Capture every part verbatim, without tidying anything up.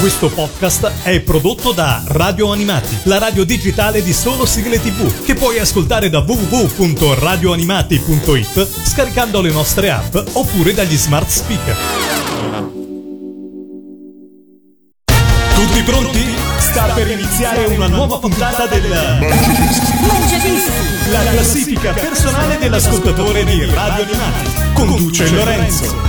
Questo podcast è prodotto da Radio Animati, la radio digitale di solo sigle tivù, che puoi ascoltare da w w w punto radio animati punto i t scaricando le nostre app oppure dagli smart speaker. Tutti pronti? Sta per iniziare una nuova puntata del Mangiadischi, la classifica personale dell'ascoltatore di Radio Animati. Conduce Lorenzo.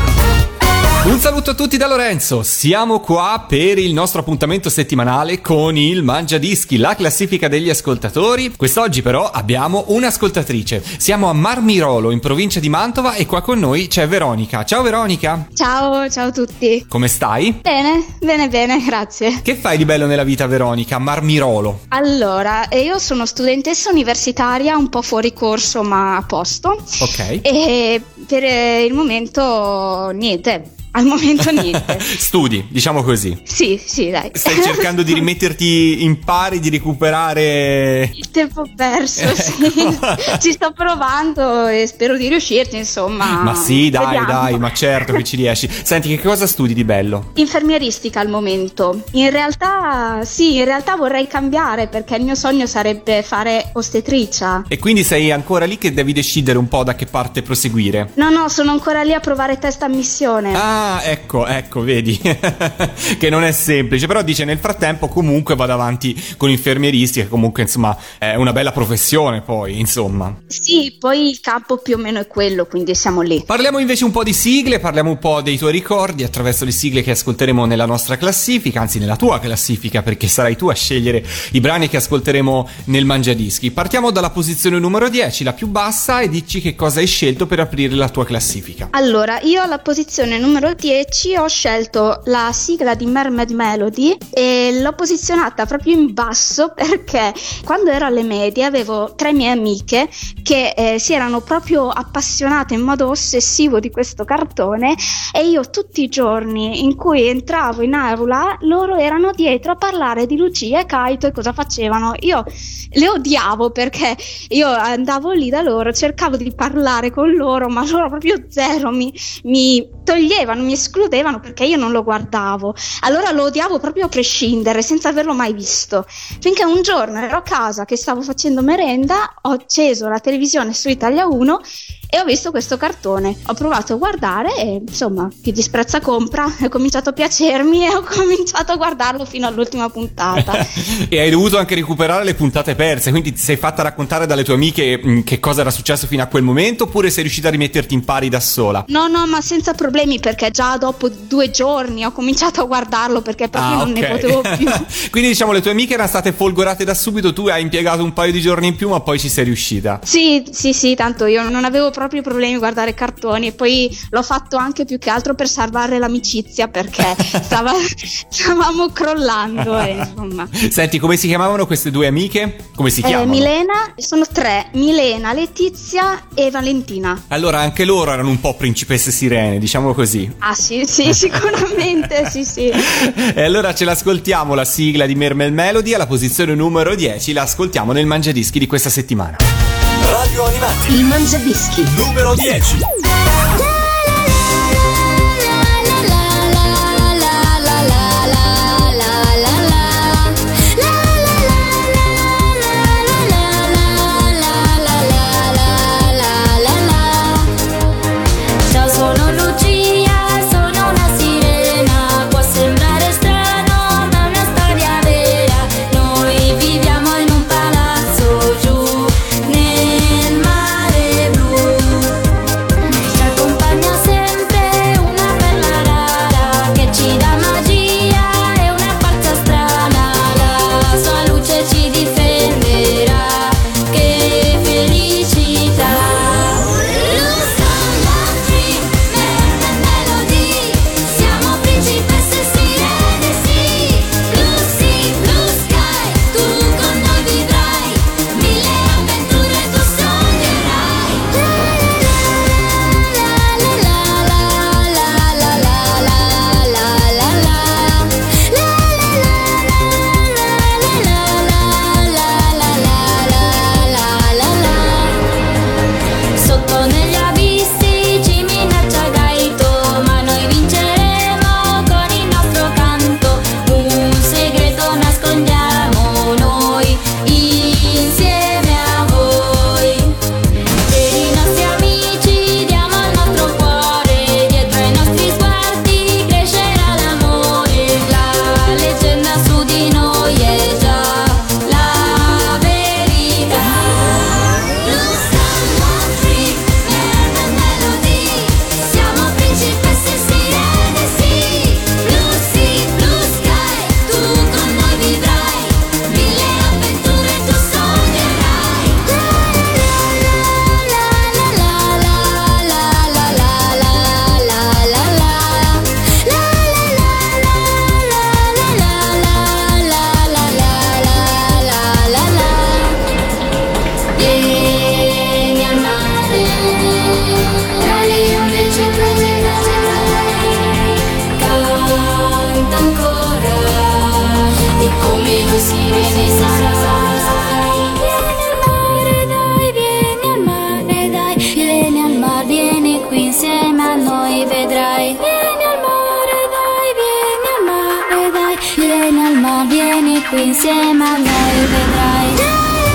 Un saluto a tutti da Lorenzo, siamo qua per il nostro appuntamento settimanale con il Mangiadischi, la classifica degli ascoltatori. Quest'oggi però abbiamo un'ascoltatrice, siamo a Marmirolo in provincia di Mantova e qua con noi c'è Veronica. Ciao Veronica! Ciao, ciao a tutti! Come stai? Bene, bene, bene, grazie. Che fai di bello nella vita, Veronica, a Marmirolo? Allora, io sono studentessa universitaria, un po' fuori corso ma a posto. Ok. E per il momento niente. Al momento niente. Studi, diciamo così. Sì, sì, dai. Stai cercando di rimetterti in pari, di recuperare il tempo perso, ecco. Sì. Ci sto provando e spero di riuscirci, insomma. Ma sì, dai, Vediamo. dai, ma certo che ci riesci. Senti, che cosa studi di bello? Infermieristica al momento. In realtà, sì, in realtà vorrei cambiare perché il mio sogno sarebbe fare ostetricia. E quindi sei ancora lì che devi decidere un po' da che parte proseguire? No, no, sono ancora lì a provare test ammissione. Ah, Ah, ecco, ecco, vedi che non è semplice, però dice nel frattempo comunque vado avanti con infermieristica, che comunque insomma è una bella professione poi, insomma. Sì, poi il campo più o meno è quello, quindi siamo lì. Parliamo invece un po' di sigle, parliamo un po' dei tuoi ricordi attraverso le sigle che ascolteremo nella nostra classifica, anzi nella tua classifica, perché sarai tu a scegliere i brani che ascolteremo nel Mangiadischi. Partiamo dalla posizione numero dieci, la più bassa, e dici che cosa hai scelto per aprire la tua classifica. Allora, io alla posizione numero dieci ho scelto la sigla di Mermaid Melody e l'ho posizionata proprio in basso perché quando ero alle medie avevo tre mie amiche che eh, si erano proprio appassionate in modo ossessivo di questo cartone e io tutti i giorni in cui entravo in aula loro erano dietro a parlare di Lucia e Kaito e cosa facevano. Io le odiavo perché io andavo lì da loro, cercavo di parlare con loro ma loro proprio zero, mi, mi toglievano, mi escludevano perché io non lo guardavo. Allora lo odiavo proprio a prescindere, senza averlo mai visto. Finché un giorno ero a casa che stavo facendo merenda, ho acceso la televisione su Italia uno e ho visto questo cartone. Ho provato a guardare e insomma, chi disprezza compra. È cominciato a piacermi e ho cominciato a guardarlo fino all'ultima puntata. E hai dovuto anche recuperare le puntate perse, quindi ti sei fatta raccontare dalle tue amiche mh, che cosa era successo fino a quel momento, oppure sei riuscita a rimetterti in pari da sola? No, no, ma senza problemi, perché già dopo due giorni ho cominciato a guardarlo perché proprio ah, non okay. ne potevo più. Quindi diciamo le tue amiche erano state folgorate da subito, tu hai impiegato un paio di giorni in più ma poi ci sei riuscita. Sì, sì, sì, tanto io non avevo proprio problemi a guardare cartoni e poi l'ho fatto anche più che altro per salvare l'amicizia perché stava, stavamo crollando e, insomma. Senti, come si chiamavano queste due amiche? Come si chiamano? Eh, Milena, sono tre, Milena, Letizia e Valentina. Allora anche loro erano un po' principesse sirene, diciamo così. Ah sì, sì, sicuramente, sì, sì. E allora ce l'ascoltiamo la sigla di Mermaid Melody alla posizione numero dieci, la ascoltiamo nel Mangiadischi di questa settimana. Radio Animati, il Mangiadischi numero dieci. Nel mare blu vedrai, vieni al mare, vieni qui insieme a noi, vedrai.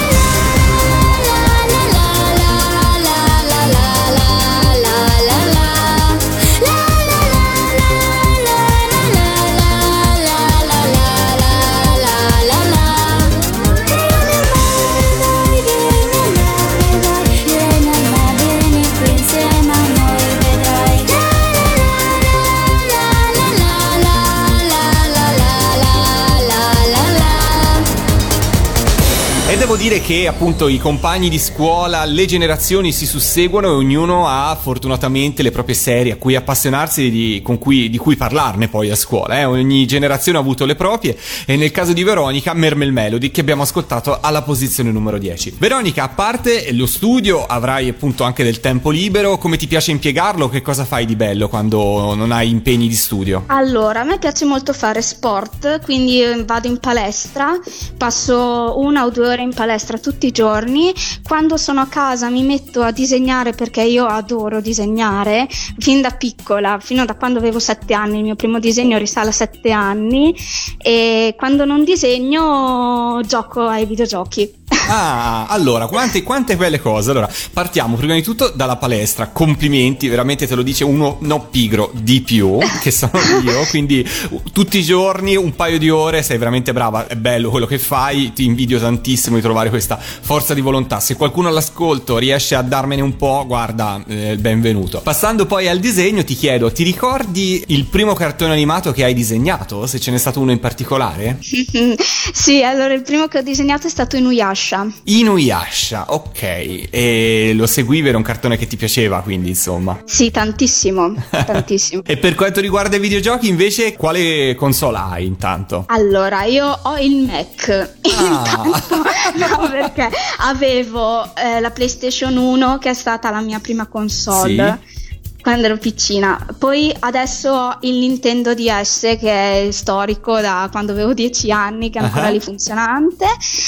E devo dire che appunto i compagni di scuola, le generazioni si susseguono e ognuno ha fortunatamente le proprie serie a cui appassionarsi, di, con cui, di cui parlarne poi a scuola. Eh? Ogni generazione ha avuto le proprie e nel caso di Veronica, Mermel Melody, che abbiamo ascoltato alla posizione numero dieci. Veronica, a parte lo studio, avrai appunto anche del tempo libero, come ti piace impiegarlo? Che cosa fai di bello quando non hai impegni di studio? Allora, a me piace molto fare sport, quindi vado in palestra, passo una o due ore in palestra tutti i giorni. Quando sono a casa mi metto a disegnare, perché io adoro disegnare fin da piccola, fino da quando avevo sette anni. Il mio primo disegno risale a sette anni, e quando non disegno gioco ai videogiochi. Ah, allora, quante, quante belle cose. Allora, partiamo prima di tutto dalla palestra. Complimenti, veramente te lo dice uno no pigro di più, che sono io. Quindi tutti i giorni un paio di ore, sei veramente brava. È bello quello che fai, ti invidio tantissimo di trovare questa forza di volontà. Se qualcuno all'ascolto riesce a darmene un po', guarda, eh, benvenuto. Passando poi al disegno, ti chiedo, ti ricordi il primo cartone animato che hai disegnato? Se ce n'è stato uno in particolare? Sì, allora il primo che ho disegnato è stato Inuyasha. Inuyasha, ok. E lo seguivi, era un cartone che ti piaceva, quindi insomma. Sì, tantissimo, tantissimo. E per quanto riguarda i videogiochi invece, quale console hai intanto? Allora, io ho il Mac. Ah. Intanto, no, perché avevo eh, la PlayStation uno, che è stata la mia prima console. Sì. Quando ero piccina. Poi adesso ho il Nintendo D S, che è storico da quando avevo dieci anni, che è ancora uh-huh. lì funzionante,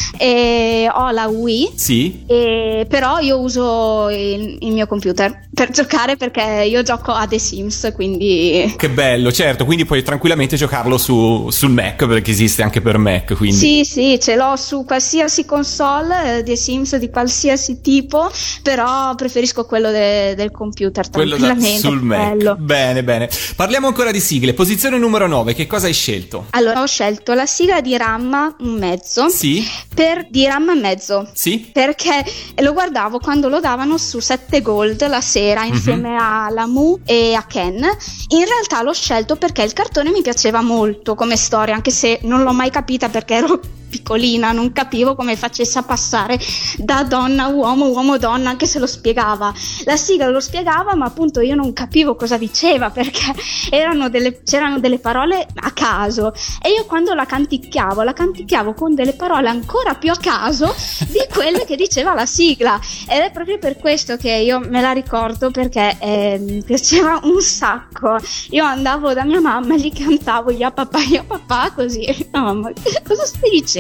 e ho la Wii. Sì. E però io uso il, il mio computer per giocare, perché io gioco a The Sims, quindi... Che bello, certo, quindi puoi tranquillamente giocarlo su, sul Mac, perché esiste anche per Mac, quindi... Sì, sì, ce l'ho su qualsiasi console, The Sims di qualsiasi tipo, però preferisco quello de, del computer, tranquillamente. Quello da, sul Mac, bello. Bene, bene. Parliamo ancora di sigle, posizione numero nove, che cosa hai scelto? Allora, ho scelto la sigla di Ranma mezzo. Sì. Per di Ranma mezzo. Sì. Perché lo guardavo quando lo davano su sette Gold la sera, insieme mm-hmm. a Lamu e a Ken. In realtà l'ho scelto perché il cartone mi piaceva molto come storia, anche se non l'ho mai capita perché ero piccolina, non capivo come facesse a passare da donna a uomo, uomo donna, anche se lo spiegava. La sigla lo spiegava, ma appunto io non capivo cosa diceva, perché erano delle, c'erano delle parole a caso, e io quando la canticchiavo, la canticchiavo con delle parole ancora più a caso di quelle che diceva la sigla, ed è proprio per questo che io me la ricordo, perché eh, mi piaceva un sacco. Io andavo da mia mamma e gli cantavo ya papà, ya papà, così. No, mamma, cosa stai dicendo?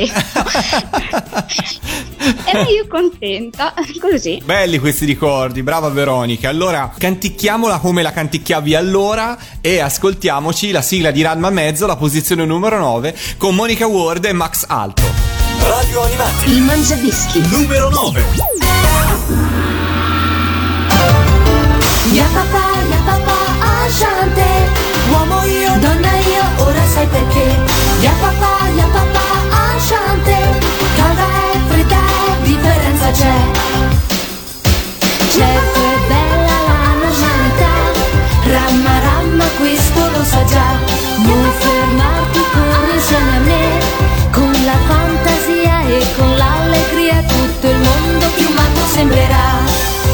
Ero io contenta, così. Belli questi ricordi, brava Veronica. Allora canticchiamola come la canticchiavi allora e ascoltiamoci la sigla di Ranma mezzo, la posizione numero nove, con Monica Ward e Max Alto. Radio Animati, il Mangiadischi numero nove. Ya papà, ya papà, Ashante, uomo io, donna io, ora sai perché. Ya papà, ya papà, Ashante, calda e fredda, differenza c'è. Certo è bella la normalità, Ranma Ranma questo lo sa già. Non fermarti, corri insieme a me, con la fantasia e con l'allegria tutto il mondo più matto sembrerà.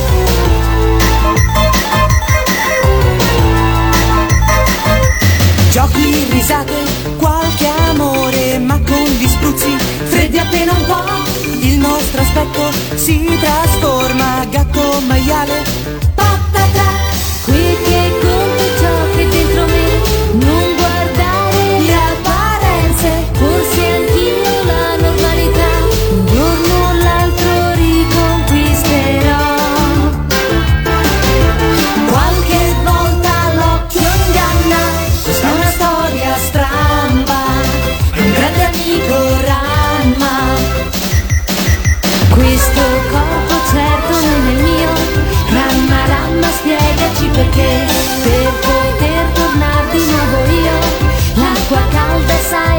Giochi, risate, qualche amore, ma con gli spruzzi freddi appena un po', il nostro aspetto si trasforma, gatto maiale, patata. Qui che conto è ciò che dentro me, non guardare le apparenze, forse anch'io la normalità, un giorno o l'altro riconquisterò. Qualche volta l'occhio inganna, questa è una storia stramba,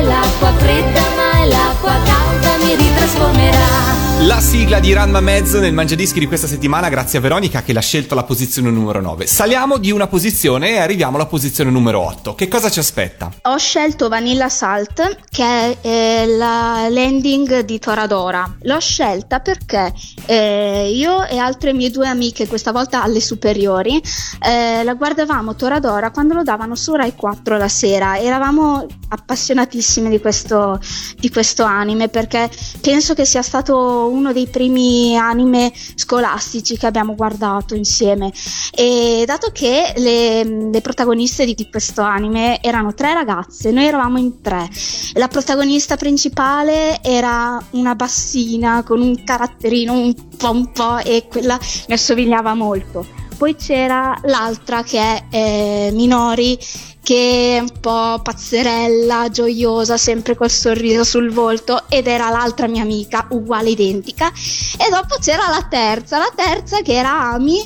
è l'acqua fredda, ma è l'acqua calda, mi ritrasformerà. La sigla di Ranma Mezzo nel Mangiadischi di questa settimana, grazie a Veronica che l'ha scelto alla posizione numero nove. Saliamo di una posizione e arriviamo alla posizione numero otto. Che cosa ci aspetta? Ho scelto Vanilla Salt, che è eh, la landing di Toradora. L'ho scelta perché eh, io e altre mie due amiche, questa volta alle superiori, eh, la guardavamo Toradora quando lo davano su Rai quattro la sera. Eravamo appassionatissime di questo, di questo anime, perché penso che sia stato uno dei primi anime scolastici che abbiamo guardato insieme, e dato che le, le protagoniste di, di questo anime erano tre ragazze, noi eravamo in tre. La protagonista principale era una bassina con un caratterino un po' un po' e quella mi assomigliava molto. Poi c'era l'altra che è eh, Minori, che è un po' pazzerella, gioiosa, sempre col sorriso sul volto, ed era l'altra mia amica, uguale, identica. E dopo c'era la terza, la terza che era Ami,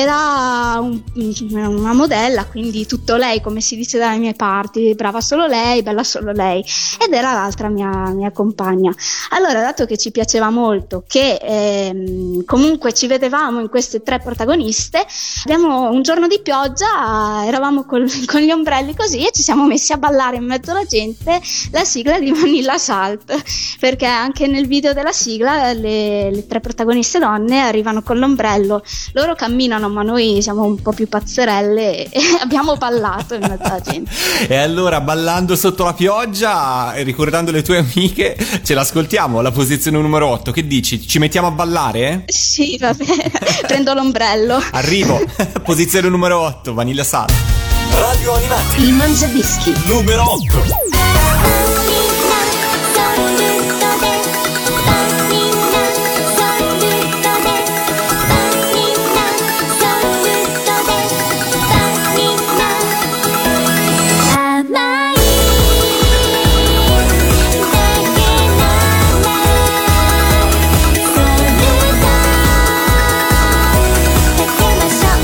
era un, una modella, quindi tutto lei, come si dice dalle mie parti, brava solo lei, bella solo lei, ed era l'altra mia, mia compagna. Allora, dato che ci piaceva molto, che ehm, comunque ci vedevamo in queste tre protagoniste, abbiamo un giorno di pioggia, eravamo col, con gli ombrelli così e ci siamo messi a ballare in mezzo alla gente la sigla di Vanilla Salt, perché anche nel video della sigla le, le tre protagoniste donne arrivano con l'ombrello, loro camminano ma noi siamo un po' più pazzerelle e abbiamo ballato in mezzo alla gente. E allora, ballando sotto la pioggia e ricordando le tue amiche, ce l'ascoltiamo alla posizione numero otto. Che dici? Ci mettiamo a ballare? Sì, va bene, prendo l'ombrello. Arrivo. Posizione numero otto, Vanilla Salt. Radio Animati, Il Mangiadischi numero otto.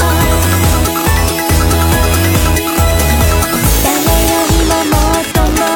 誰よりももっとも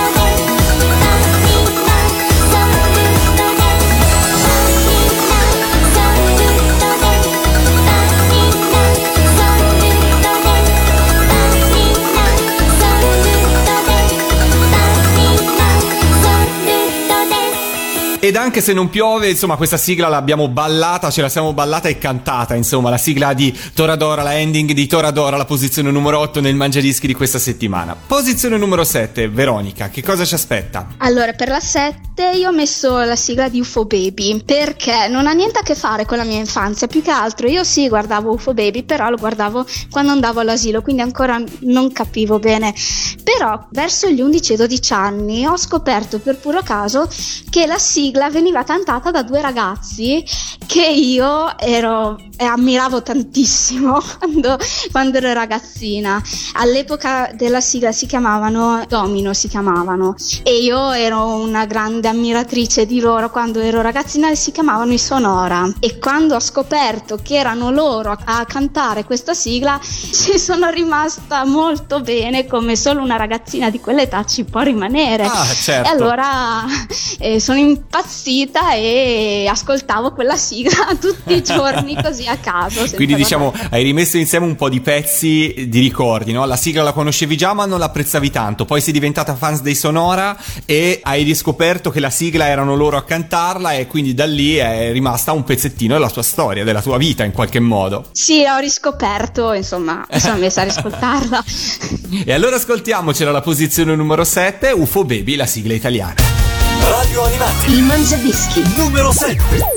Ed anche se non piove, insomma, questa sigla l'abbiamo ballata, ce la siamo ballata e cantata, insomma, la sigla di Toradora, la ending di Toradora, la posizione numero otto nel Mangiadischi di questa settimana. Posizione numero sette, Veronica, che cosa ci aspetta? Allora, per la sette io ho messo la sigla di U F O Baby, perché non ha niente a che fare con la mia infanzia, più che altro io sì guardavo U F O Baby, però lo guardavo quando andavo all'asilo, quindi ancora non capivo bene. Però verso gli undici dodici anni ho scoperto per puro caso che la sigla veniva cantata da due ragazzi che io ero e ammiravo tantissimo quando, quando ero ragazzina. All'epoca della sigla si chiamavano Domino, si chiamavano, e io ero una grande ammiratrice di loro quando ero ragazzina, e si chiamavano i Sonora. E quando ho scoperto che erano loro a, a cantare questa sigla, ci sono rimasta molto bene, come solo una ragazzina di quell'età ci può rimanere. Ah, certo. E allora eh, sono impazzita e ascoltavo quella sigla tutti i giorni così a caso. Quindi diciamo guardare. hai rimesso insieme un po' di pezzi di ricordi, no? La sigla la conoscevi già ma non l'apprezzavi tanto, poi sei diventata fans dei Sonora e hai riscoperto che la sigla erano loro a cantarla, e quindi da lì è rimasta un pezzettino della tua storia, della tua vita in qualche modo. Sì, ho riscoperto, insomma, mi sono messa a riscoltarla. E allora ascoltiamocela la posizione numero sette, U F O Baby, la sigla italiana. Radio Animati, Il Mangiadischi numero sette.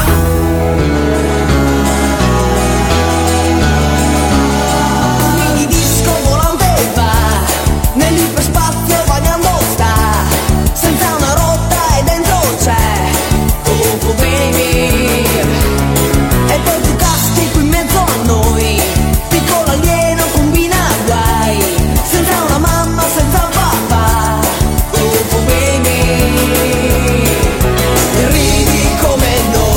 Il disco volante va nell'iperspazio, bagnando sta senza una rotta, e dentro c'è U F O Baby. E poi tu caschi qui in mezzo a noi, piccolo alieno combina guai, senza una mamma, senza un papà, U F O Baby. E ridi come noi.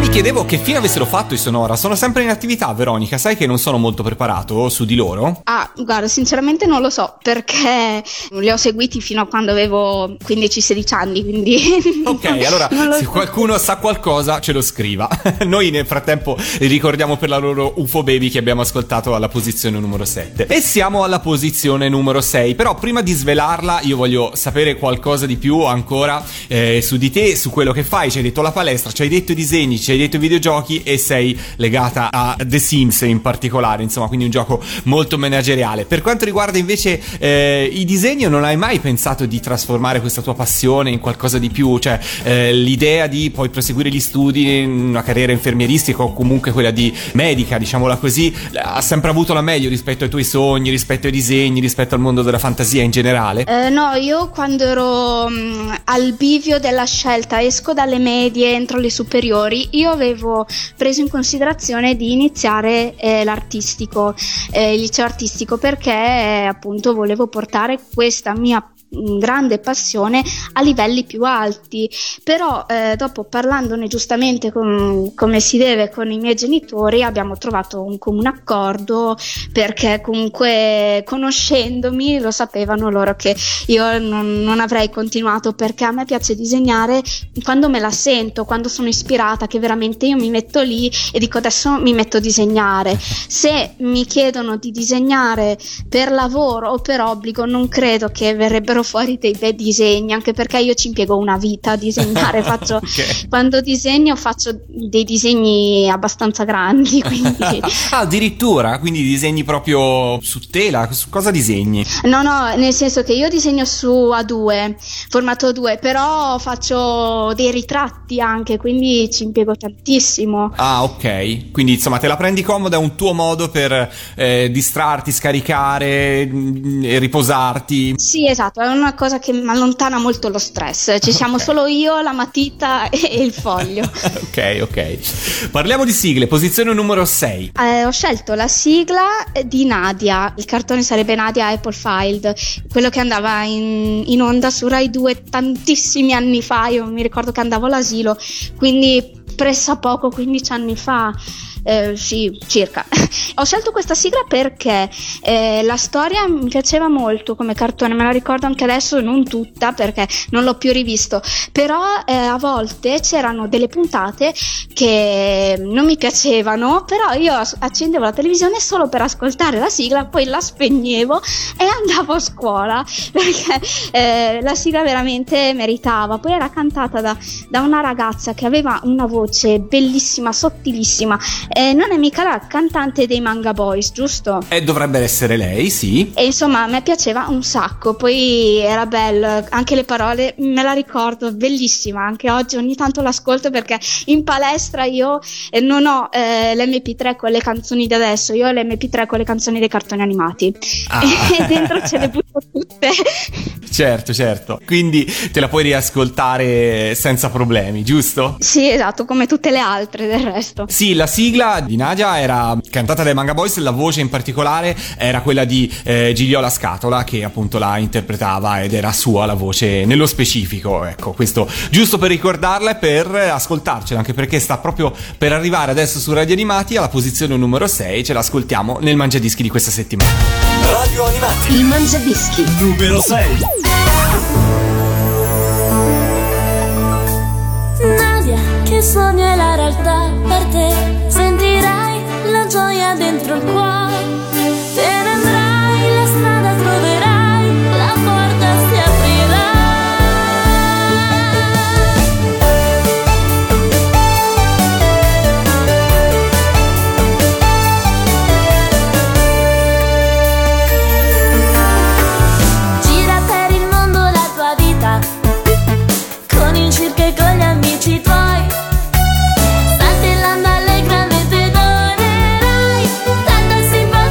mi chiedevo che fine avessero fatto i Sonora. Sono sempre in attività, Veronica? Sai che non sono molto preparato su di loro? Ah, guarda, sinceramente non lo so, perché li ho seguiti fino a quando avevo quindici sedici anni, quindi... Ok, allora se qualcuno sa qualcosa ce lo scriva. Noi nel frattempo ricordiamo per la loro U F O Baby che abbiamo ascoltato alla posizione numero sette. E siamo alla posizione numero sei. Però prima di svelarla io voglio sapere qualcosa di più ancora eh, su di te, su quello che fai. Ci hai detto la palestra, ci hai detto i disegni, ci hai detto i videogiochi e sei legata a The Sims in particolare, insomma, quindi un gioco molto manageriale. Per quanto riguarda invece eh, i disegni, non hai mai pensato di trasformare questa tua passione in qualcosa di più? Cioè eh, l'idea di poi proseguire gli studi in una carriera infermieristica o comunque quella di medica, diciamola così, ha sempre avuto la meglio rispetto ai tuoi sogni, rispetto ai disegni, rispetto al mondo della fantasia in generale? Eh, no, io quando ero mh, al bivio della scelta, esco dalle medie, entro alle superiori, io avevo preso in considerazione di iniziare eh, l'artistico, eh, il liceo artistico, perché eh, appunto volevo portare questa mia grande passione a livelli più alti. Però eh, dopo, parlandone giustamente con, come si deve con i miei genitori, abbiamo trovato un comune accordo, perché comunque conoscendomi lo sapevano loro che io non, non avrei continuato, perché a me piace disegnare quando me la sento, quando sono ispirata, che veramente io mi metto lì e dico adesso mi metto a disegnare. Se mi chiedono di disegnare per lavoro o per obbligo, non credo che verrebbero fuori dei bei disegni, anche perché io ci impiego una vita a disegnare. Faccio okay. Quando disegno faccio dei disegni abbastanza grandi, quindi ah, addirittura, quindi disegni proprio su tela, su cosa disegni? No, no, nel senso che io disegno su A due, formato A due, però faccio dei ritratti anche, quindi ci impiego tantissimo. Ah, ok, quindi insomma te la prendi comoda, è un tuo modo per eh, distrarti, scaricare mh, e riposarti. Sì, esatto, è una cosa che allontana molto lo stress. Ci siamo okay. solo io, la matita e il foglio. Ok, ok. Parliamo di sigle, posizione numero sei. Eh, ho scelto la sigla di Nadia. Il cartone sarebbe Nadia Applefield, quello che andava in, in onda su Rai due tantissimi anni fa. Io mi ricordo che andavo all'asilo, quindi pressappoco quindici anni fa. Eh, sì, circa. Ho scelto questa sigla perché eh, la storia mi piaceva molto come cartone, me la ricordo anche adesso, non tutta perché non l'ho più rivisto, però eh, a volte c'erano delle puntate che non mi piacevano, però io accendevo la televisione solo per ascoltare la sigla, poi la spegnevo e andavo a scuola, perché eh, la sigla veramente meritava. Poi era cantata da, da una ragazza che aveva una voce bellissima, sottilissima. Eh, non è mica la cantante dei Manga Boys, giusto? Eh, dovrebbe essere lei, sì. E insomma a me piaceva un sacco, poi era bello, anche le parole me la ricordo, bellissima, anche oggi ogni tanto l'ascolto, perché in palestra io eh, non ho eh, l'emme pi tre con le canzoni di adesso, io ho l'emme pi tre con le canzoni dei cartoni animati. Ah. E dentro ce le butto tutte. Certo, certo, quindi te la puoi riascoltare senza problemi, giusto? Sì, esatto, come tutte le altre del resto. Sì, la sigla di Nadia era cantata dai Manga Boys, la voce in particolare era quella di eh, Gigliola Scatola, che appunto la interpretava ed era sua la voce nello specifico. Ecco, questo giusto per ricordarla e per ascoltarcela, anche perché sta proprio per arrivare adesso su Radio Animati alla posizione numero sei. Ce l'ascoltiamo nel Mangiadischi di questa settimana. Radio Animati, il Mangiadischi numero sei. Nadia, che sogno è la realtà per te? Sentirai la gioia dentro il cuore, te ne andrai, la strada troverai, la porta si aprirà. Gira per il mondo la tua vita, con il circo e con gli amici tuoi. Saltellando allegramente donerai tanta simpatia.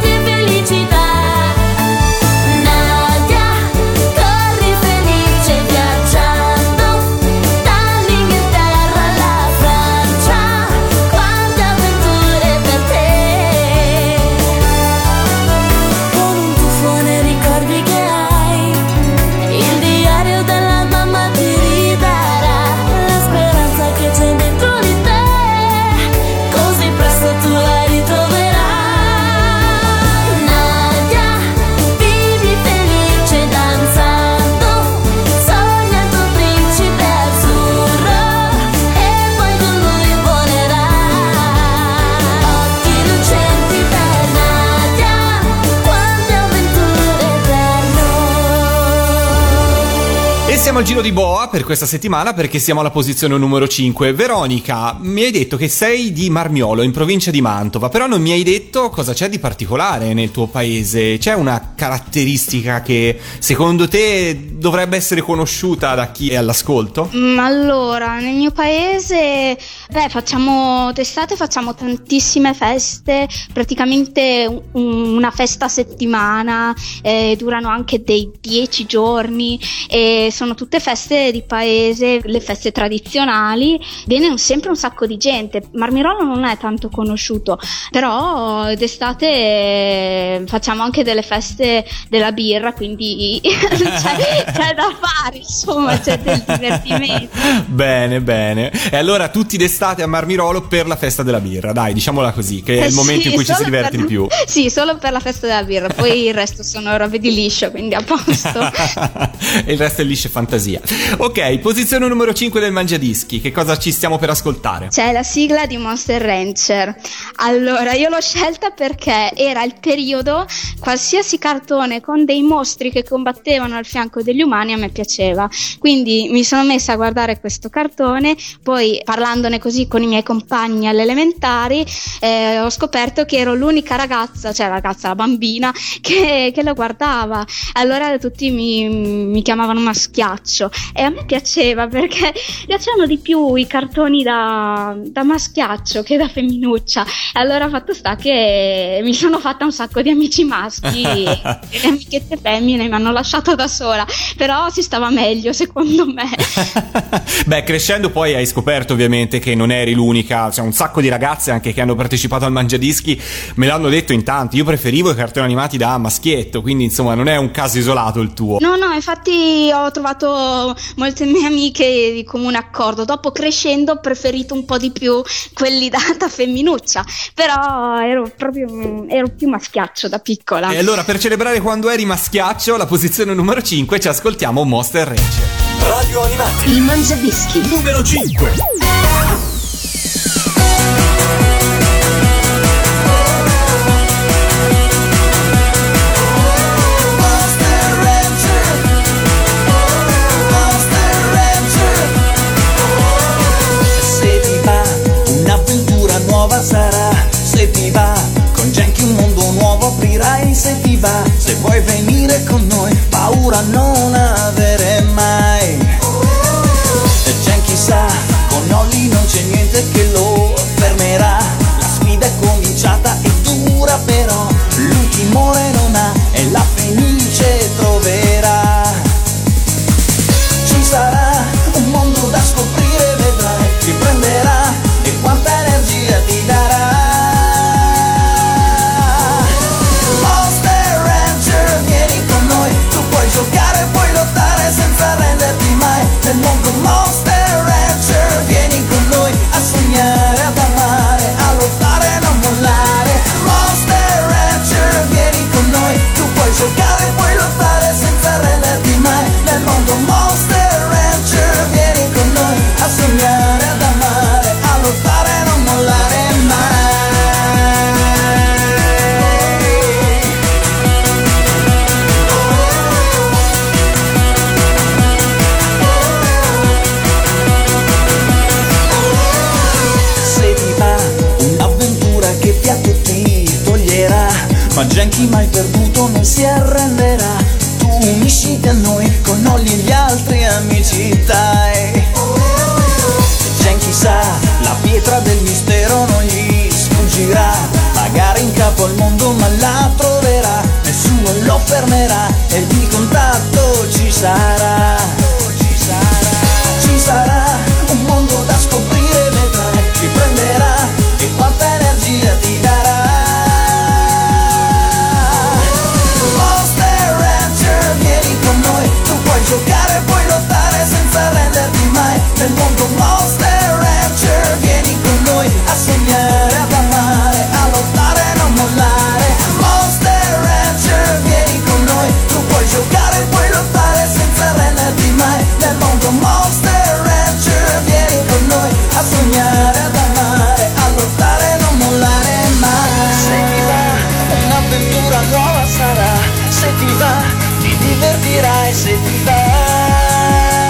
Siamo al giro di boa per questa settimana perché siamo alla posizione numero cinque. Veronica, mi hai detto che sei di Marmiolo, in provincia di Mantova, però non mi hai detto cosa c'è di particolare nel tuo paese. C'è una caratteristica che secondo te dovrebbe essere conosciuta da chi è all'ascolto? Mm, allora, nel mio paese, beh, facciamo d'estate facciamo tantissime feste, praticamente un- una festa a settimana, eh, durano anche dei dieci giorni e sono tutte feste di paese, le feste tradizionali. Viene un- sempre un sacco di gente. Marmirolo non è tanto conosciuto, però d'estate eh, facciamo anche delle feste della birra, quindi c'è, c'è da fare, insomma, c'è del divertimento. Bene, bene. E allora tutti d'estate a Marmirolo per la festa della birra, dai, diciamola così, che è Eh il momento sì, in cui ci si solo diverte per- di più. Sì, solo per la festa della birra, poi il resto sono robe di liscio, quindi a posto. E il resto è liscia fantasia. Ok, posizione numero cinque del Mangiadischi. Che cosa ci stiamo per ascoltare? C'è la sigla di Monster Rancher. Allora, io l'ho scelta perché era il periodo, qualsiasi cartone con dei mostri che combattevano al fianco degli umani a me piaceva. Quindi mi sono messa a guardare questo cartone, poi parlandone così con i miei compagni alle elementari, eh, ho scoperto che ero l'unica ragazza, cioè ragazza, la bambina, che, che lo guardava. Allora tutti mi, mi chiamavano maschiaccio e a me piaceva perché piacevano di più i cartoni da, da maschiaccio che da femminuccia. Allora fatto sta che mi sono fatta un sacco di amici maschi e le amichette femmine mi hanno lasciato da sola, però si stava meglio secondo me. Beh, crescendo poi hai scoperto ovviamente che non eri l'unica, c'è un sacco di ragazze anche che hanno partecipato al Mangiadischi, me l'hanno detto in tanti. Io preferivo i cartoni animati da maschietto, quindi insomma non è un caso isolato il tuo. No, no, infatti ho trovato molte mie amiche di comune accordo. Dopo crescendo ho preferito un po' di più quelli da, da femminuccia, però ero proprio ero più maschiaccio da piccola. E allora per celebrare quando eri maschiaccio, la posizione numero cinque, ci ascoltiamo Monster Rancher. Radio Animati. Il Mangiadischi. Numero cinque. Se ti va, un'avventura nuova sarà. Se ti va, con Genki un mondo nuovo aprirai. Se ti va, se vuoi venire con noi, paura non avere mai. E Genki sa, con Olli non c'è niente che lo fermerà. La sfida è cominciata e dura, però lui timore non ha e la fenice troverà. Ci sarà un mondo da scoprire, vedrai, ti prenderà e quanta energia ti darà. Monster Rancher, vieni con noi, tu puoi giocare, puoi lottare senza renderti mai. Nel mondo Monster Rancher, vieni con noi a sognare, ad amare, a lottare, non mollare. Monster Rancher, vieni con noi, tu puoi giocare, puoi lottare senza renderti mai. Nel mondo Monster Rancher, vieni con noi a sognare, ad amare, a lottare, non mollare mai. Se ti va, un'avventura che fiato ti toglierà, ma Genki mai perduto non si arrenderà. Tu unisciti a noi con Olli e gli altri amici, dai. Genki sa, la pietra del mistero non gli sfuggirà. Magari in capo al mondo ma la troverà, nessuno lo fermerà e il contatto ci sarà. Ci sarà un mondo da scoprire, vedrai, ti prenderà e quanta energia ti darà. Monster Rancher, vieni con noi, tu puoi giocare, puoi lottare senza renderti mai. Nel mondo Monster Rancher, vieni con noi a sognare, ad amare, a lottare, non mollare. Monster Rancher, vieni con noi, tu puoi giocare, puoi lottare senza renderti mai. Nel mondo Monster Rancher, vieni con noi a sognare, ad amare, a lottare, non mollare mai. Se ti va, un'avventura nuova sarà. Se ti va, ti divertirai. Se ti va,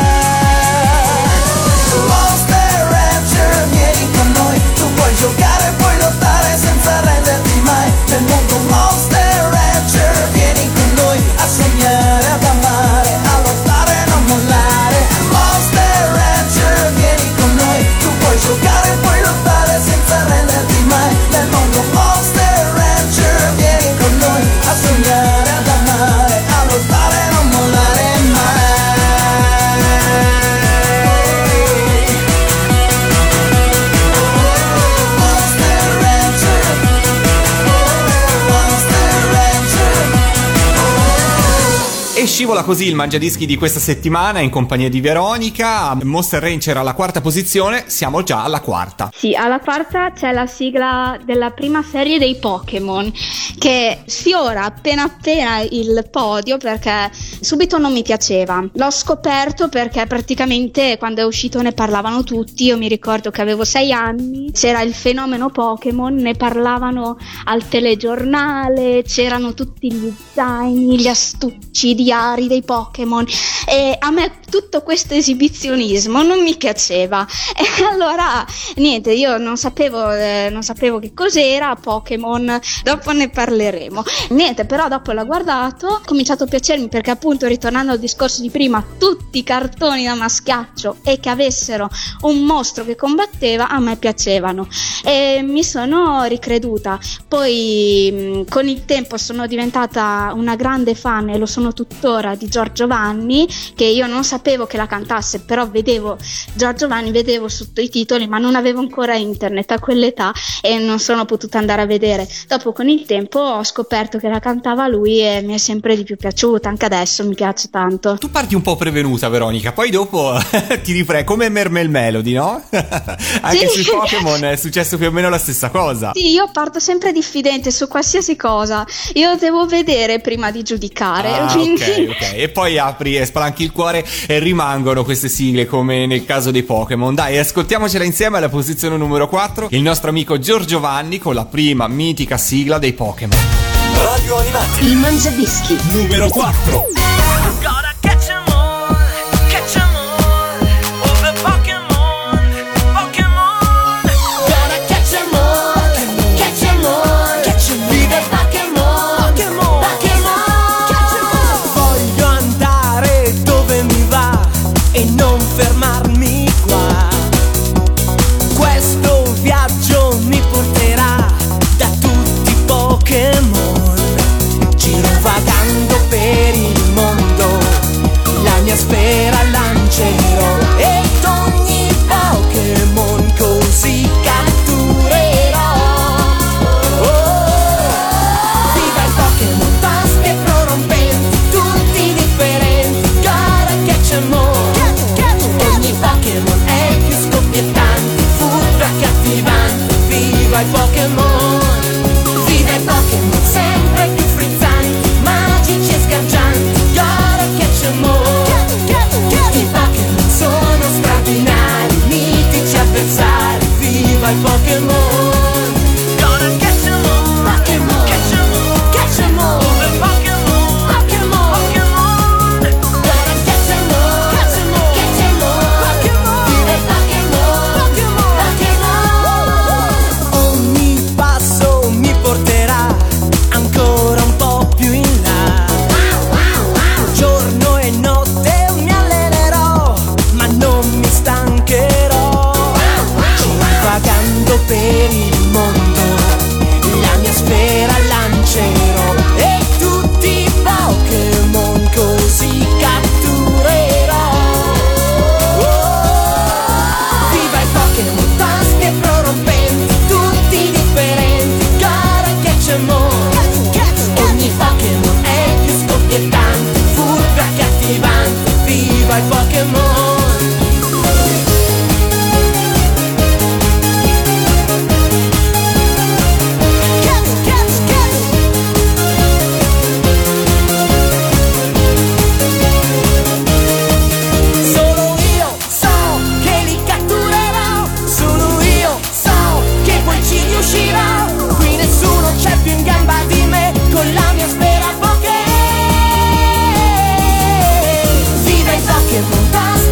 E scivola così il Mangiadischi di questa settimana in compagnia di Veronica. Monster Rancher alla quarta posizione, siamo già alla quarta. Sì, alla quarta c'è la sigla della prima serie dei Pokémon, che sfiora appena appena il podio perché subito non mi piaceva. L'ho scoperto perché praticamente quando è uscito ne parlavano tutti. Io mi ricordo che avevo sei anni, c'era il fenomeno Pokémon, ne parlavano al telegiornale, c'erano tutti gli zaini, gli astucci diari dei Pokémon, e a me tutto questo esibizionismo non mi piaceva, e allora niente, io non sapevo eh, non sapevo che cos'era Pokémon. Dopo ne parleremo. Niente, però dopo l'ho guardato, ho cominciato a piacermi perché, appunto, ritornando al discorso di prima, tutti i cartoni da maschiaccio e che avessero un mostro che combatteva a me piacevano, e mi sono ricreduta. Poi mh, con il tempo sono diventata una grande fan, e lo sono tuttora, di Giorgio Vanni, che io non sapevo che la cantasse, però vedevo Giorgio Vanni, vedevo sotto i titoli, ma non avevo ancora internet a quell'età e non sono potuta andare a vedere. Dopo, con il tempo, ho scoperto che la cantava lui e mi è sempre di più piaciuta, anche adesso mi piace tanto. Tu parti un po' prevenuta, Veronica, poi dopo ti riprende come Mermel Melody, no? Anche Sì. sui Pokémon è successo più o meno la stessa cosa. Sì, io parto sempre diffidente su qualsiasi cosa, io devo vedere prima di giudicare. Ah, quindi... ok, ok. E poi apri e spalanchi il cuore e rimangono queste sigle come nel caso dei Pokémon. Dai, ascoltiamocela insieme alla posizione numero quattro, il nostro amico Giorgio Vanni con la prima mitica sigla dei Pokémon. Radio Animati. Il Mangiadischi Numero quattro. Gotta catch 'em all, catch 'em all, all the Pokémon, Pokémon. Gotta catch 'em all, catch 'em all, catch 'em all. Vive Pokémon, Pokémon, Pokémon. Voglio andare dove mi va e non fermarmi qua. Questo viaggio mi porterà da tutti i Pokémon, girovagando per il mondo, la mia sfera lancerò ed ogni Pokémon così catturerò. Oh, viva il Pokémon, tosti e prorompenti, tutti differenti. Gotta catch 'em all. Ogni Pokémon è più scoppiettante, furbo e accattivante. Viva il Pokémon, viva il Pokémon, sempre più frizzanti, magici e sgargianti. Gotta catch 'em all. Tutti i Pokémon sono straordinari, mitici avversari. Viva il Pokémon, Gotta catch 'em all, Pokémon, catch 'em all, catch 'em all. all the Pokémon, Pokémon, Pokémon. gotta catch 'em all, catch 'em all, catch 'em all. Viva il Pokémon, Pokémon. Ogni passo mi porterà ancora un po' più in là. Giorno e notte mi allenerò, ma non mi stancherò. Vagando per il mondo, la mia sfera lancerò e tutti i Pokémon così catturerò. Oh, viva i Pokémon, tosti e prorompenti, tutti differenti. Gotta catch 'em all. Ogni Pokémon è più scoppiettante, furbo e accattivante. Viva il Pokémon. Solo io so che li catturerò, solo io so che poi ci riuscirò. Qui nessuno c'è più in gamba di me, con la mia sfera Poké. Viva i Pokémon, tosti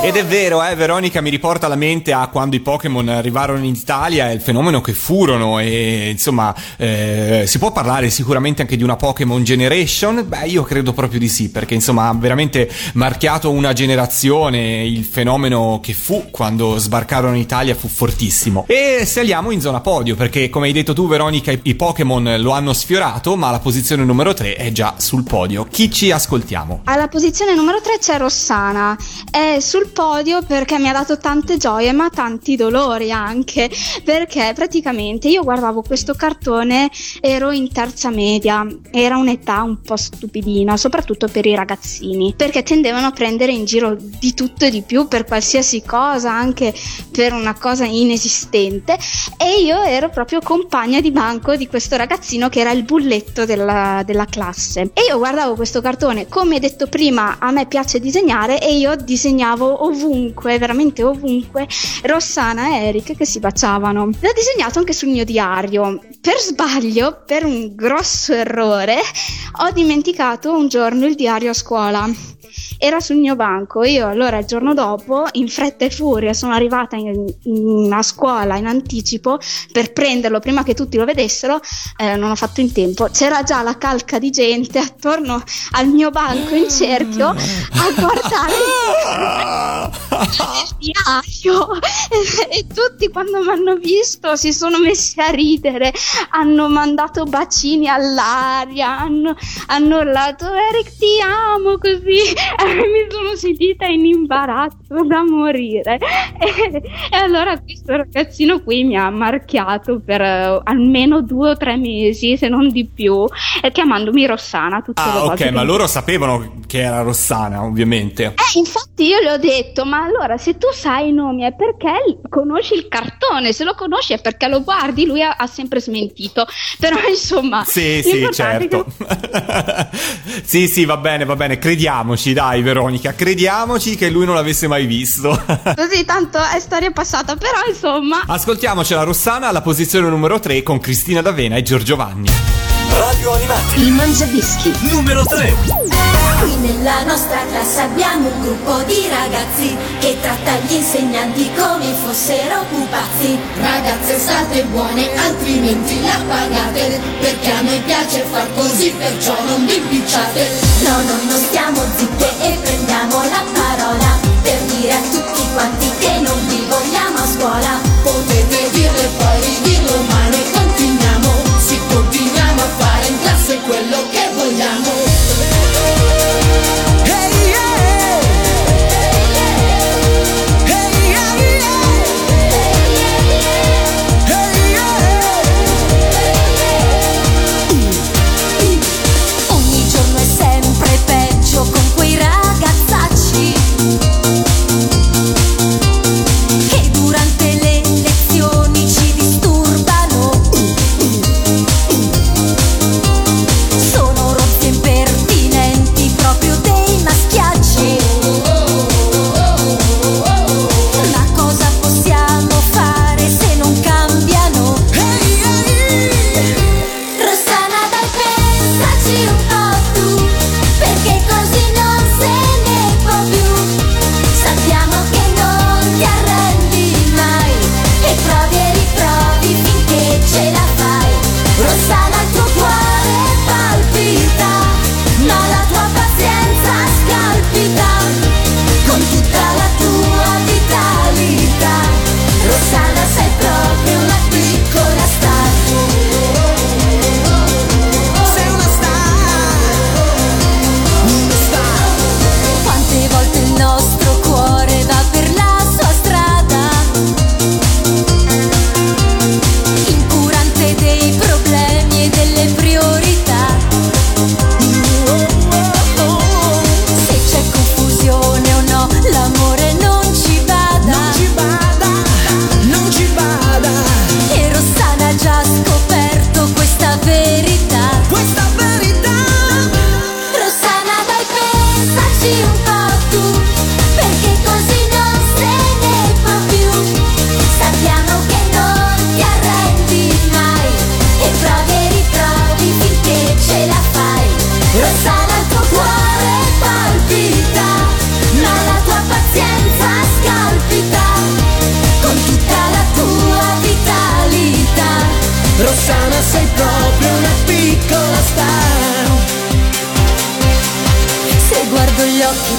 Ed è vero, eh, Veronica mi riporta alla mente a quando i Pokémon arrivarono in Italia e il fenomeno che furono, e insomma eh, si può parlare sicuramente anche di una Pokémon Generation? Beh, io credo proprio di sì, perché insomma ha veramente marchiato una generazione. Il fenomeno che fu quando sbarcarono in Italia fu fortissimo. E saliamo in zona podio, perché come hai detto tu, Veronica, i, i Pokémon lo hanno sfiorato, ma la posizione numero tre è già sul podio. Chi ci ascoltiamo? Alla posizione numero tre c'è Rossana, è sul podio perché mi ha dato tante gioie ma tanti dolori anche, perché praticamente io guardavo questo cartone, ero in terza media, era un'età un po' stupidina soprattutto per i ragazzini, perché tendevano a prendere in giro di tutto e di più per qualsiasi cosa, anche per una cosa inesistente, e io ero proprio compagna di banco di questo ragazzino che era il bulletto della, della classe, e io guardavo questo cartone. Come detto prima, a me piace disegnare e io disegnavo ovunque, veramente ovunque, Rossana e Eric che si baciavano. L'ho disegnato anche sul mio diario. Per sbaglio, per un grosso errore, ho dimenticato un giorno il diario a scuola. Era sul mio banco. Io allora il giorno dopo, in fretta e furia, sono arrivata in, in, a scuola in anticipo per prenderlo prima che tutti lo vedessero. Eh, non ho fatto in tempo, c'era già la calca di gente attorno al mio banco in cerchio a guardare il diario, e, e tutti quando mi hanno visto si sono messi a ridere, hanno mandato bacini all'aria, hanno, hanno urlato Eric ti amo, così. Mi sono sentita in imbarazzo da morire, e, e allora questo ragazzino qui mi ha marchiato per uh, almeno due o tre mesi, se non di più, eh, chiamandomi Rossana tutte ah, le volte. Ok, ma loro sapevano che era Rossana, ovviamente. Eh, infatti io le ho detto, ma allora se tu sai i nomi è perché conosci il cartone, se lo conosci è perché lo guardi. Lui ha, ha sempre smentito, però insomma sì, sì, certo. Che... sì, sì, va bene, va bene, crediamoci, dai Veronica, crediamoci che lui non l'avesse mai visto. Così tanto è storia passata, però insomma. Ascoltiamocela Rossana alla posizione numero tre con Cristina D'Avena e Giorgio Vanni. Radio Animati, il Mangiadischi numero tre. Qui nella nostra classe abbiamo un gruppo di ragazzi che tratta gli insegnanti come fossero pupazzi. Ragazze state buone, altrimenti la pagate, perché a noi piace far così, perciò non vi impicciate. No, no, non stiamo zitte e prendiamo la parola per dire a tutti quanti che non vi vogliamo a scuola. Potete dirle poi ridirlo, ma noi continuiamo, sì, continuiamo a fare in classe quello che vogliamo. Ogni giorno è sempre peggio con quei ragazzacci occhi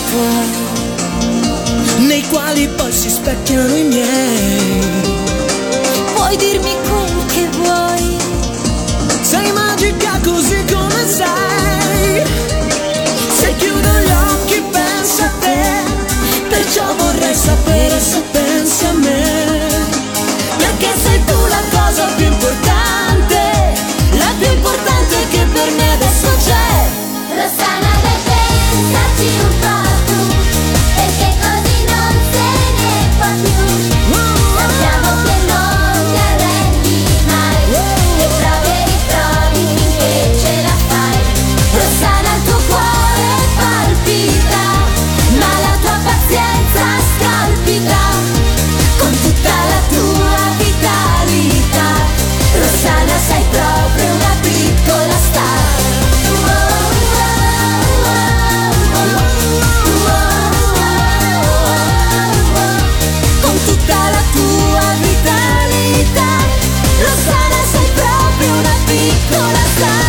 tuoi, nei quali poi si specchiano i miei. Puoi dirmi quel che vuoi, sei magica così come sei. Se chiudo gli occhi penso a te, perciò vorrei sapere se pensi a me. Perché sei tu la cosa più importante, la più importante che per me adesso c'è. Rossana, dai, pensaci un po' tu, perché così non se ne può più. Sappiamo che non ti arrendi mai, e provi e riprovi finché ce la fai. Rossana, il tuo cuore palpita, ma la tua pazienza scalpita, con tutta la tua vitalità. Rossana, sei proprio una piccola star. Con tutta la tua vitalità, Rossana, sei proprio una piccola star.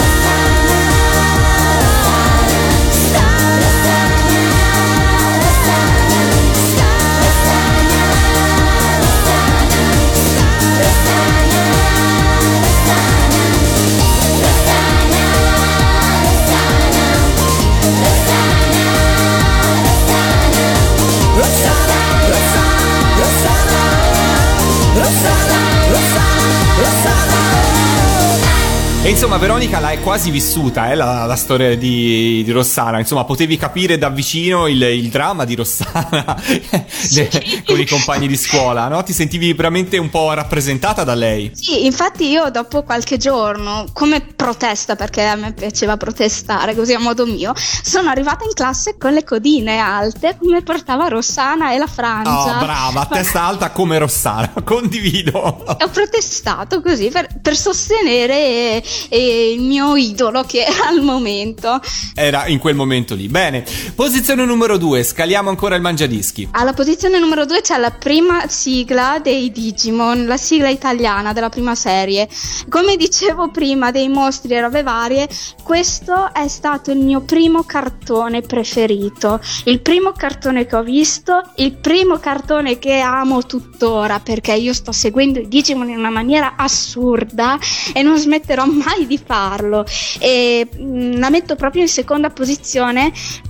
E insomma Veronica l'hai quasi vissuta, eh, la, la storia di, di Rossana. Insomma, potevi capire da vicino il, il dramma di Rossana de, con i compagni di scuola, no? Ti sentivi veramente un po' rappresentata da lei. Sì, infatti io dopo qualche giorno, come protesta, perché a me piaceva protestare così a modo mio, sono arrivata in classe con le codine alte come portava Rossana e la Francia. Oh, brava, testa alta come Rossana, condivido. E ho protestato così per, per sostenere e il mio idolo che era al momento. Era in quel momento lì. Bene, posizione numero due, scaliamo ancora il mangiadischi. Alla posizione numero due c'è la prima sigla dei Digimon, la sigla italiana della prima serie. Come dicevo prima dei mostri e robe varie, questo è stato il mio primo cartone preferito, il primo cartone che ho visto, il primo cartone che amo tuttora, perché io sto seguendo i Digimon in una maniera assurda e non smetterò mai di farlo. E mh, la metto proprio in seconda posizione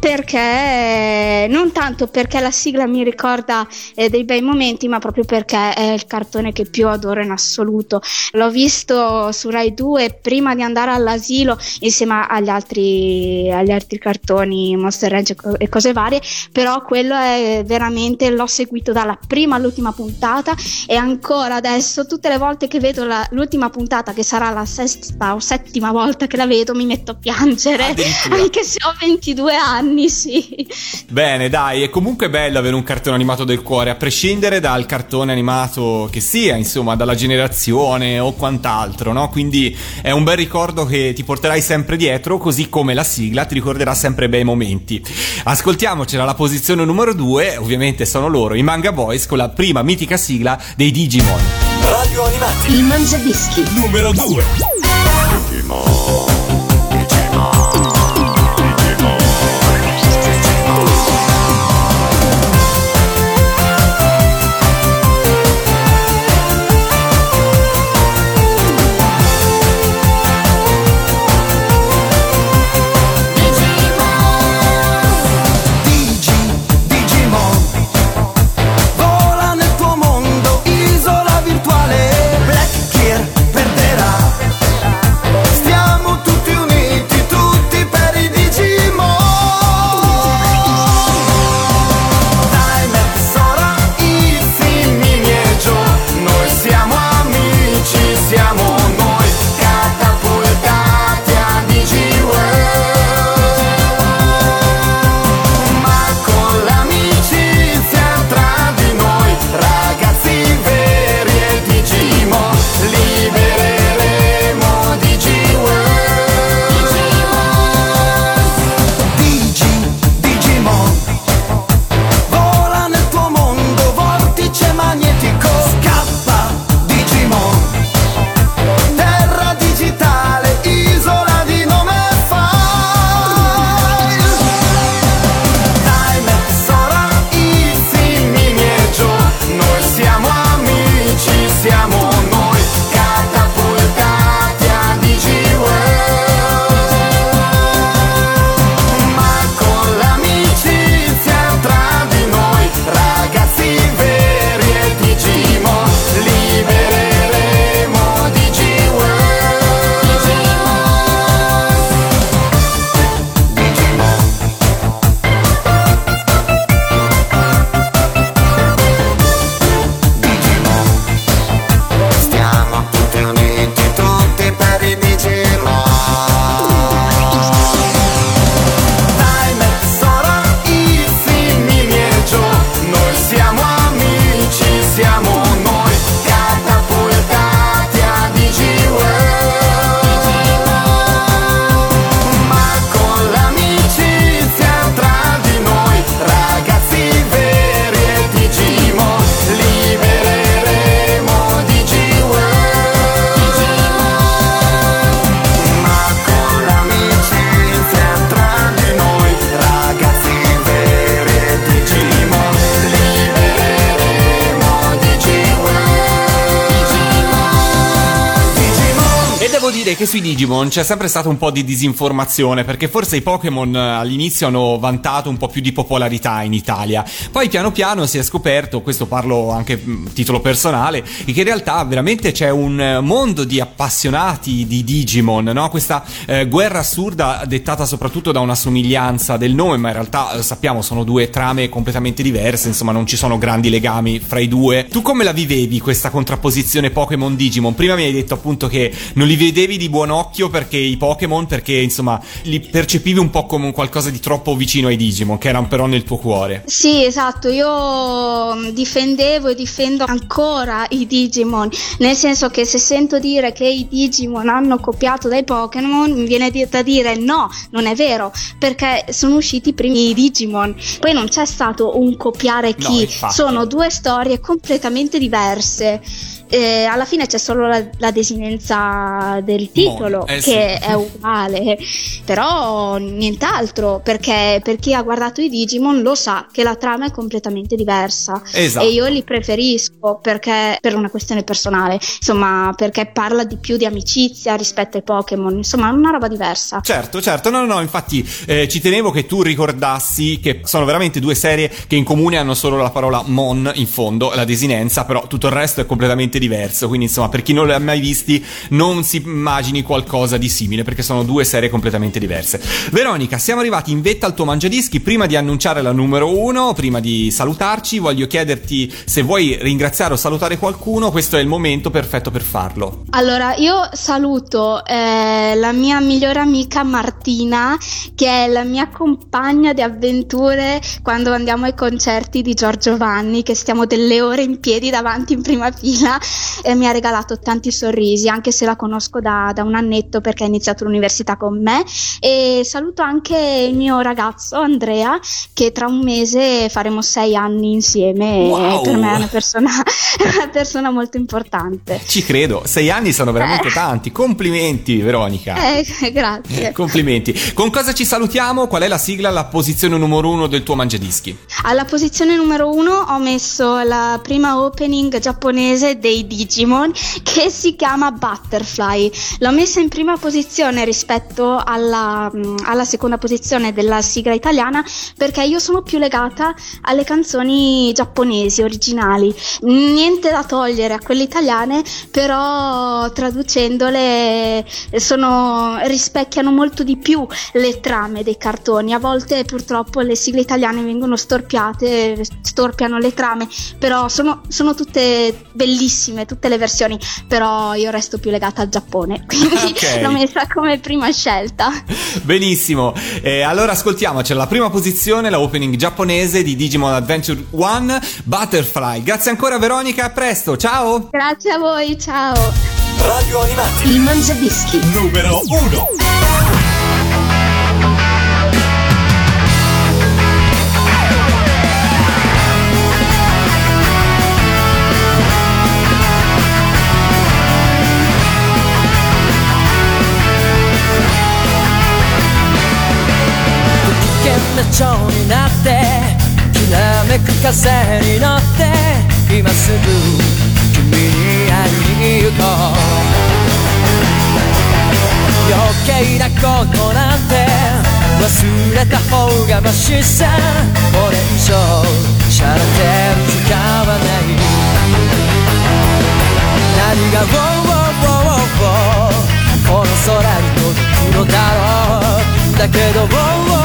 perché non tanto perché la sigla mi ricorda eh, dei bei momenti, ma proprio perché è il cartone che più adoro in assoluto. L'ho visto su Rai due prima di andare all'asilo insieme agli altri agli altri cartoni Monster Ranch e, co- e cose varie, però quello è veramente, l'ho seguito dalla prima all'ultima puntata e ancora adesso tutte le volte che vedo la, l'ultima puntata, che sarà la sesta o settima volta che la vedo, mi metto a piangere, anche se ho ventidue anni, sì. Bene, dai, è comunque bello avere un cartone animato del cuore, a prescindere dal cartone animato che sia, insomma, dalla generazione o quant'altro, no? Quindi è un bel ricordo che ti porterai sempre dietro, così come la sigla ti ricorderà sempre bei momenti. Ascoltiamocela alla posizione numero due, ovviamente sono loro, i Manga Boys, con la prima mitica sigla dei Digimon. Radio Animati. Il mangiadischi numero due. Stiamo tutti dire che sui Digimon c'è sempre stata un po' di disinformazione, perché forse i Pokémon all'inizio hanno vantato un po' più di popolarità in Italia, poi piano piano si è scoperto, questo parlo anche a titolo personale, che in realtà veramente c'è un mondo di appassionati di Digimon, no? Questa eh, guerra assurda dettata soprattutto da una somiglianza del nome, ma in realtà eh, sappiamo sono due trame completamente diverse, insomma non ci sono grandi legami fra i due. Tu come la vivevi questa contrapposizione Pokémon-Digimon? Prima mi hai detto appunto che non li vedevi di buon occhio perché i Pokémon, perché insomma li percepivi un po' come un qualcosa di troppo vicino ai Digimon, che erano però nel tuo cuore. Sì, esatto, io difendevo e difendo ancora i Digimon, nel senso che se sento dire che i Digimon hanno copiato dai Pokémon mi viene da dire no, non è vero, perché sono usciti i primi Digimon, poi non c'è stato un copiare chi, no, sono due storie completamente diverse. Eh, alla fine c'è solo la, la desinenza del titolo eh, che sì. è uguale, però nient'altro, perché per chi ha guardato i Digimon lo sa che la trama è completamente diversa. Esatto. E io li preferisco perché per una questione personale, insomma, perché parla di più di amicizia rispetto ai Pokémon, insomma è una roba diversa. Certo, certo, no, no, no, infatti eh, ci tenevo che tu ricordassi che sono veramente due serie che in comune hanno solo la parola Mon in fondo, la desinenza, però tutto il resto è completamente diverso, quindi insomma per chi non li ha mai visti non si immagini qualcosa di simile, perché sono due serie completamente diverse. Veronica, siamo arrivati in vetta al tuo mangiadischi. Prima di annunciare la numero uno, prima di salutarci, voglio chiederti se vuoi ringraziare o salutare qualcuno. Questo è il momento perfetto per farlo. Allora, io saluto eh, la mia migliore amica Martina, che è la mia compagna di avventure quando andiamo ai concerti di Giorgio Vanni, che stiamo delle ore in piedi davanti in prima fila, e mi ha regalato tanti sorrisi, anche se la conosco da, da un annetto perché ha iniziato l'università con me. E saluto anche il mio ragazzo Andrea, che tra un mese faremo sei anni insieme. Wow. E per me è una persona, una persona molto importante. Ci credo, sei anni sono veramente eh. tanti. Complimenti Veronica. Eh, grazie. Complimenti. Con cosa ci salutiamo? Qual è la sigla, la posizione numero uno del tuo mangiadischi? Alla posizione numero uno ho messo la prima opening giapponese dei Digimon, che si chiama Butterfly. L'ho messa in prima posizione rispetto alla, alla seconda posizione della sigla italiana, perché io sono più legata alle canzoni giapponesi originali. Niente da togliere a quelle italiane, però traducendole sono, rispecchiano molto di più le trame dei cartoni. A volte purtroppo le sigle italiane vengono storpiate, storpiano le trame, però sono, sono tutte bellissime, tutte le versioni, però io resto più legata al Giappone, quindi okay. L'ho messa come prima scelta. Benissimo, eh, allora ascoltiamocela. La prima posizione, la opening giapponese di Digimon Adventure uno, Butterfly. Grazie ancora Veronica, a presto, ciao. Grazie a voi, ciao. Radio Animati, Il mangiadischi numero uno. 蝶になってきらめく風に乗って今すぐ君に会いに行こう。余計なことなんて忘れた方がマシさ。これ以上しゃれてる時間はない。何がウォーウォーウォーウォーこの空に届くのだろう。だけどウォーウォーウォーウォー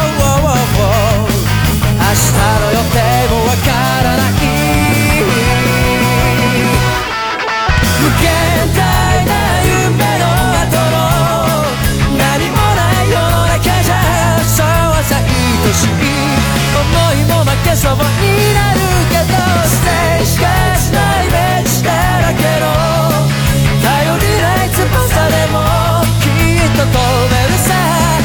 明日の予定もわからない。無限大な夢の後の何もない世の中じゃそうはさ愛しい思いも負けそうになるけどステージがしないイメージだらけの頼りない翼でもきっと飛べるさ。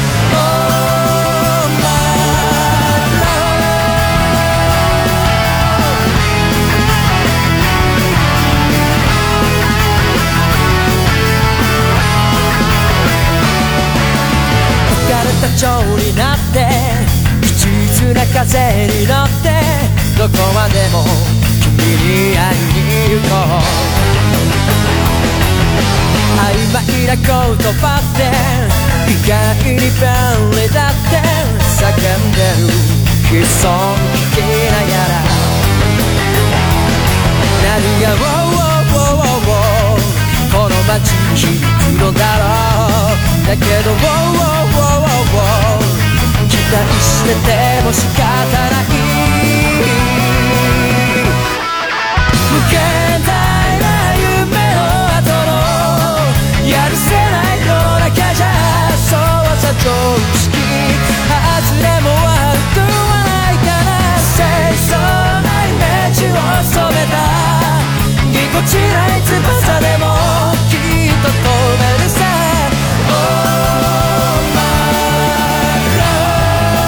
蝶になって一途な風に乗ってどこまでも君に会いに行こう。 曖昧な言葉で意外に便利だって叫んでる悲壮的なやら何がウォーウォーウォーウォーこの街に響くのだろうだけどウォーウォーウォーウォーウォー期待してても仕方ない無限大な夢の後のやるせない世の中じゃそうさ常識外れも悪くはないから清楚なイメージを染めたぎこちない翼でもきっと飛べるさ Oh my love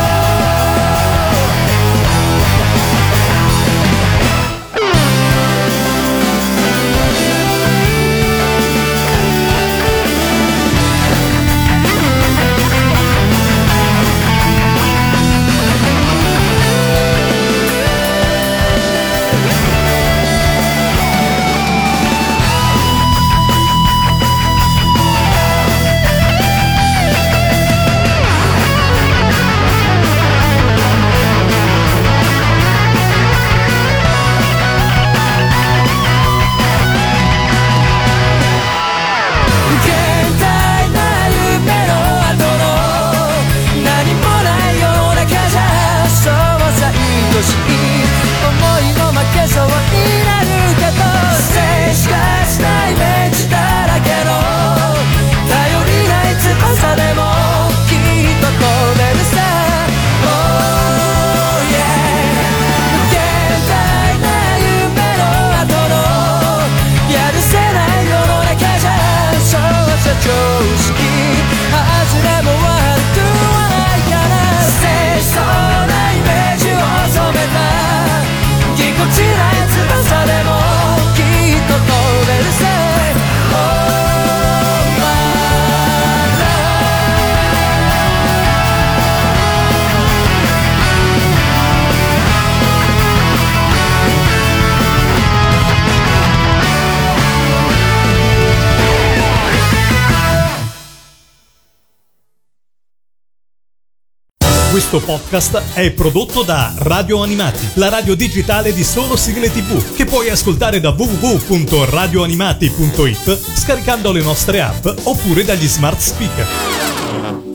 Questo podcast è prodotto da Radio Animati, la radio digitale di solo sigle tivù, che puoi ascoltare da w w w punto radio animati punto it scaricando le nostre app oppure dagli smart speaker.